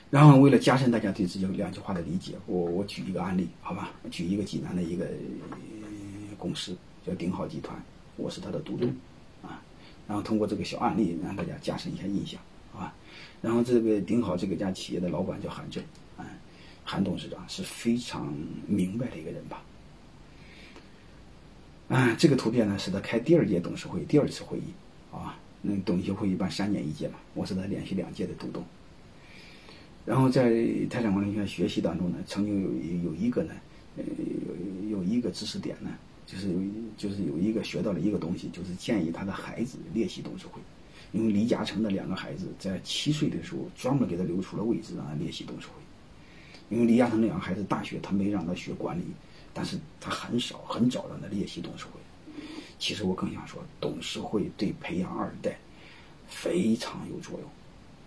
然后为了加深大家对这两句话的理解，我举一个案例，好吧？举一个济南的一个公司叫鼎好集团，我是他的独董啊。然后通过这个小案例让大家加深一下印象，好吧？然后这个鼎好这个家企业的老板叫韩正，韩董事长是非常明白的一个人吧。这个图片呢是他开第2届董事会第2次会议啊。董协会一般3年1届嘛，我是他连续2届的独董。然后在泰山管理学院学习当中呢，曾经有一个呢，有一个知识点呢，就是有一个学到了一个东西，就是建议他的孩子列席董事会，因为李嘉诚的2个孩子在7岁的时候专门给他留出了位置让他列席董事会。因为李嘉诚2个孩子大学他没让他学管理，但是他很早让他列席董事会。其实我更想说，董事会对培养2代非常有作用。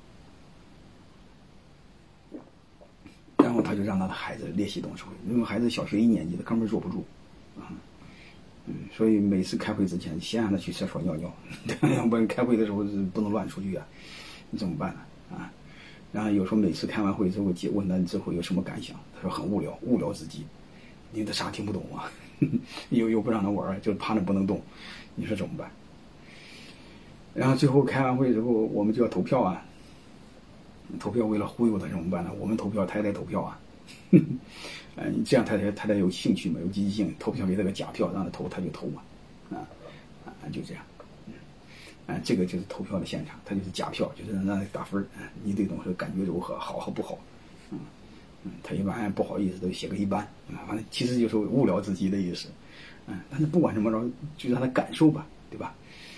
然后他就让他的孩子列席董事会，因为孩子小学1年级的根本坐不住所以每次开会之前先让他去厕所尿尿，要不然开会的时候不能乱出去啊，你怎么办呢？然后有时候每次开完会之后问他之后有什么感想，他说很无聊至极，因为他啥听不懂啊，又不让他玩，就趴着不能动，你说怎么办？然后最后开完会之后我们就要投票啊，投票为了忽悠他怎么办呢？我们投票他也得投票啊，这样他才有兴趣嘛，有积极性，投票给他个假票让他投他就投嘛，就这样。这个就是投票的现场，他就是假票，就是让他打分，你对董事感觉如何，好和不好，他一般不好意思都写个一般，反正其实就是无聊至极的意思，但是不管怎么着，就让他感受吧，对吧？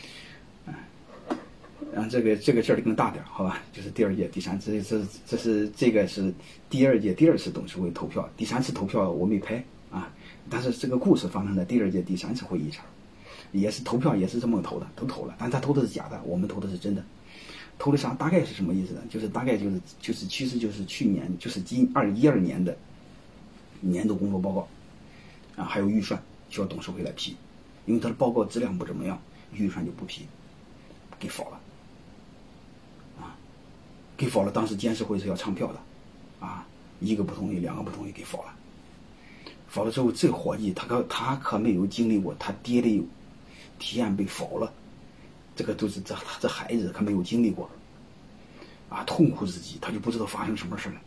然后这个劲儿更大点，好吧？就是第2届、第3次，这个是第2届第2次董事会投票，第3次投票我没拍啊，但是这个故事发生在第2届第3次会议上。也是投票也是这么投的，都投了，但他投的是假的，我们投的是真的。投的啥？大概是什么意思呢？就是大概其实就是去年就是2012年的年度工作报告还有预算需要董事会来批，因为他的报告质量不怎么样，预算就不批，给否了给否了。当时监事会是要唱票的1个不同意2个不同意给否了。否了之后，这个伙计他可没有经历过他爹的提案被否了，这个都是这孩子可没有经历过痛苦至极，他就不知道发生什么事了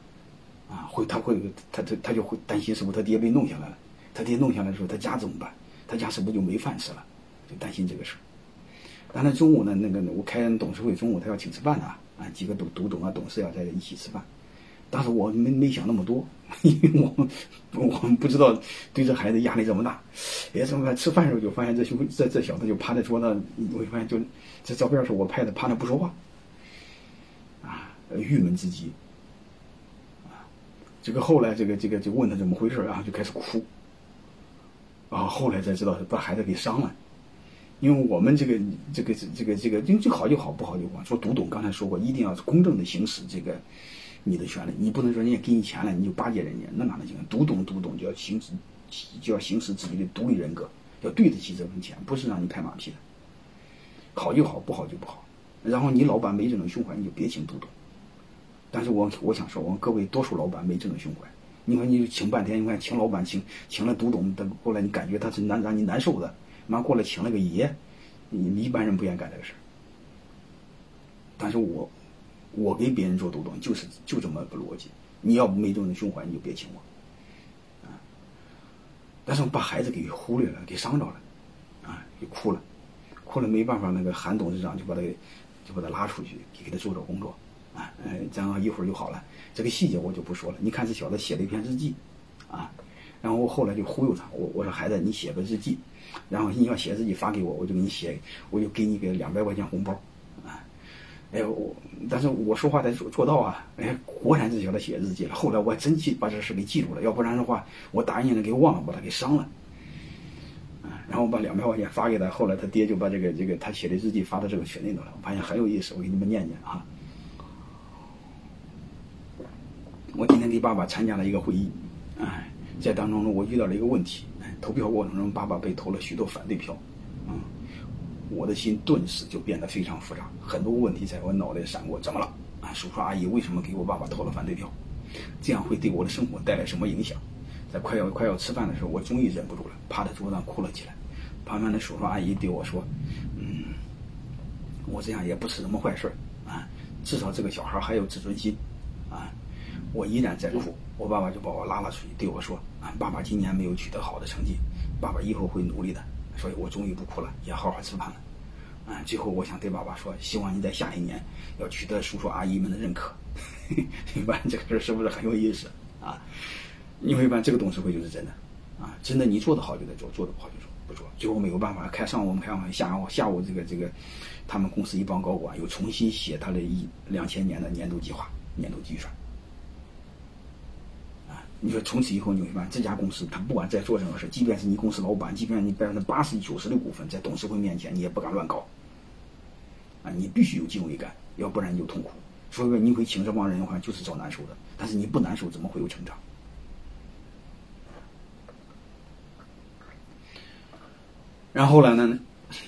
他就会担心是不是他爹被弄下来了，他爹弄下来的时候他家怎么办，他家是不是就没饭吃了，就担心这个事。但是中午呢，我开董事会中午他要请吃饭几个独董董事要在一起吃饭，但是我没想那么多，因为我们不知道对这孩子压力这么大。怎么办？吃饭的时候就发现这小子就趴在桌子，我发现就这照片是我拍的，趴着不说话郁闷至极这个后来这个就问他怎么回事，然后就开始哭后来才知道是把孩子给伤了。因为我们这个就好就好，不好就不好。说独董刚才说过，一定要公正的行使你的权利，你不能说人家给你钱了你就巴结人家，那哪能行？独董就要行使自己的独立人格，要对得起这份钱，不是让你拍马屁的。好就好，不好就不好。然后你老板没这种胸怀，你就别请独董。但是我想说，我们各位多数老板没这种胸怀。你看你就请半天，你看请老板请了独董，过来你感觉他是让你难受的，妈过来请了个爷，你一般人不愿干这个事。但是我给别人做独董就这么个逻辑，你要没这种胸怀你就别请我但是我把孩子给忽略了，给伤着了就哭了没办法，那个韩董事长就把他拉出去给他做工作这样一会儿就好了。这个细节我就不说了。你看这小子写了一篇日记然后我后来就忽悠他，我说孩子你写个日记，然后你要写日记发给我，我就给你写，我就给你个200块钱红包但是我说话得做到果然这小子写日记了。后来我真把这事给记住了，要不然的话我答应了给忘了，把他给伤了然后我把200块钱发给他，后来他爹就把这个他写的日记发到这个群里头了，我发现很有意思，我给你们念我今天给爸爸参加了一个会议在当中我遇到了一个问题，投票过程中爸爸被投了许多反对票我的心顿时就变得非常复杂，很多问题在我脑袋闪过，怎么了叔叔阿姨为什么给我爸爸投了反对票，这样会对我的生活带来什么影响。在快要吃饭的时候，我终于忍不住了，趴在桌上哭了起来。旁边的叔叔阿姨对我说，我这样也不是什么坏事啊，至少这个小孩还有自尊心啊。我依然在哭，我爸爸就把我拉了出去，对我说，爸爸今年没有取得好的成绩，爸爸以后会努力的。所以我终于不哭了，也好好吃饭了。最后我想对爸爸说，希望你在下一年要取得叔叔阿姨们的认可。你发现这个事是不是很有意思啊？你会发现这个董事会就是真的啊，真的你做得好就得做，做得不好就不做。最后没有办法，上午我们开完会，下午这个他们公司一帮高管又重新写他的2000年的年度计划、年度计算。你说从此以后你会发现这家公司他不管在做任何事，即便是你公司老板，即便你80%、90%的股份在董事会面前你也不敢乱搞你必须有敬畏感，要不然你就痛苦。所以你会请这帮人的话就是找难受的，但是你不难受怎么会有成长？然后来呢，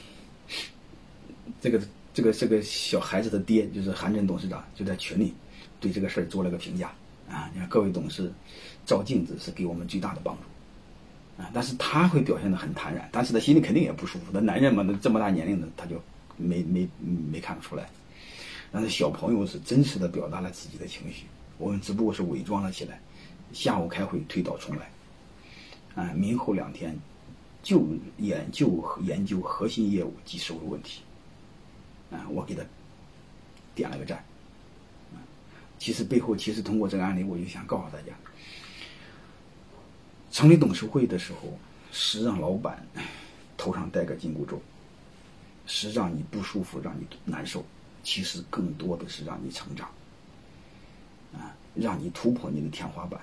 这个小孩子的爹就是韩正董事长就在群里对这个事儿做了个评价你看各位董事照镜子是给我们最大的帮助但是他会表现得很坦然，但是他心里肯定也不舒服。那男人嘛，那这么大年龄的他就没看出来。但是小朋友是真实的表达了自己的情绪，我们只不过是伪装了起来。下午开会推倒重来明后2天就研究核心业务及收入问题我给他点了个赞其实背后通过这个案例我就想告诉大家，成立董事会的时候是让老板头上戴个紧箍咒，是让你不舒服，让你难受，其实更多的是让你成长让你突破你的天花板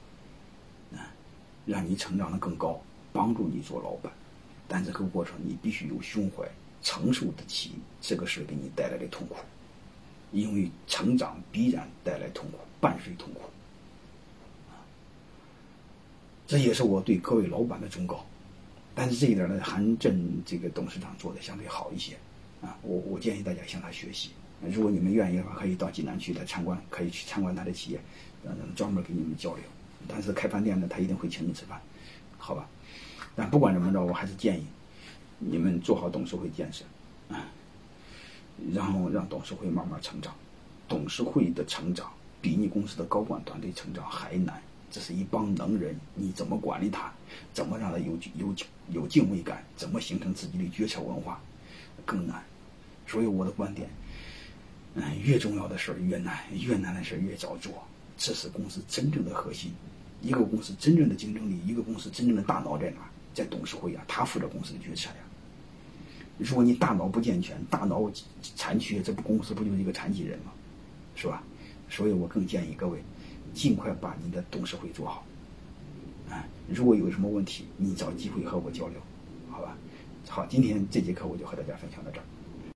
让你成长得更高，帮助你做老板。但这个过程你必须有胸怀，承受得起这个事给你带来的痛苦，因为成长必然带来痛苦，伴随痛苦这也是我对各位老板的忠告。但是这一点呢，韩正这个董事长做的相对好一些我建议大家向他学习。如果你们愿意的话，可以到济南区来参观，可以去参观他的企业专门给你们交流。但是开饭店呢，他一定会请你吃饭，好吧？但不管怎么着，我还是建议你们做好董事会建设然后让董事会慢慢成长。董事会的成长比你公司的高管团队成长还难，这是一帮能人，你怎么管理他，怎么让他有敬畏感，怎么形成自己的决策文化更难。所以我的观点越重要的事越难，越难的事越早做，这是公司真正的核心。一个公司真正的竞争力，一个公司真正的大脑在哪？在董事会他负责公司的决策如果你大脑不健全，大脑残缺，这公司不就是一个残疾人吗？是吧？所以我更建议各位尽快把你的董事会做好如果有什么问题，你找机会和我交流，好吧？好，今天这节课我就和大家分享到这儿。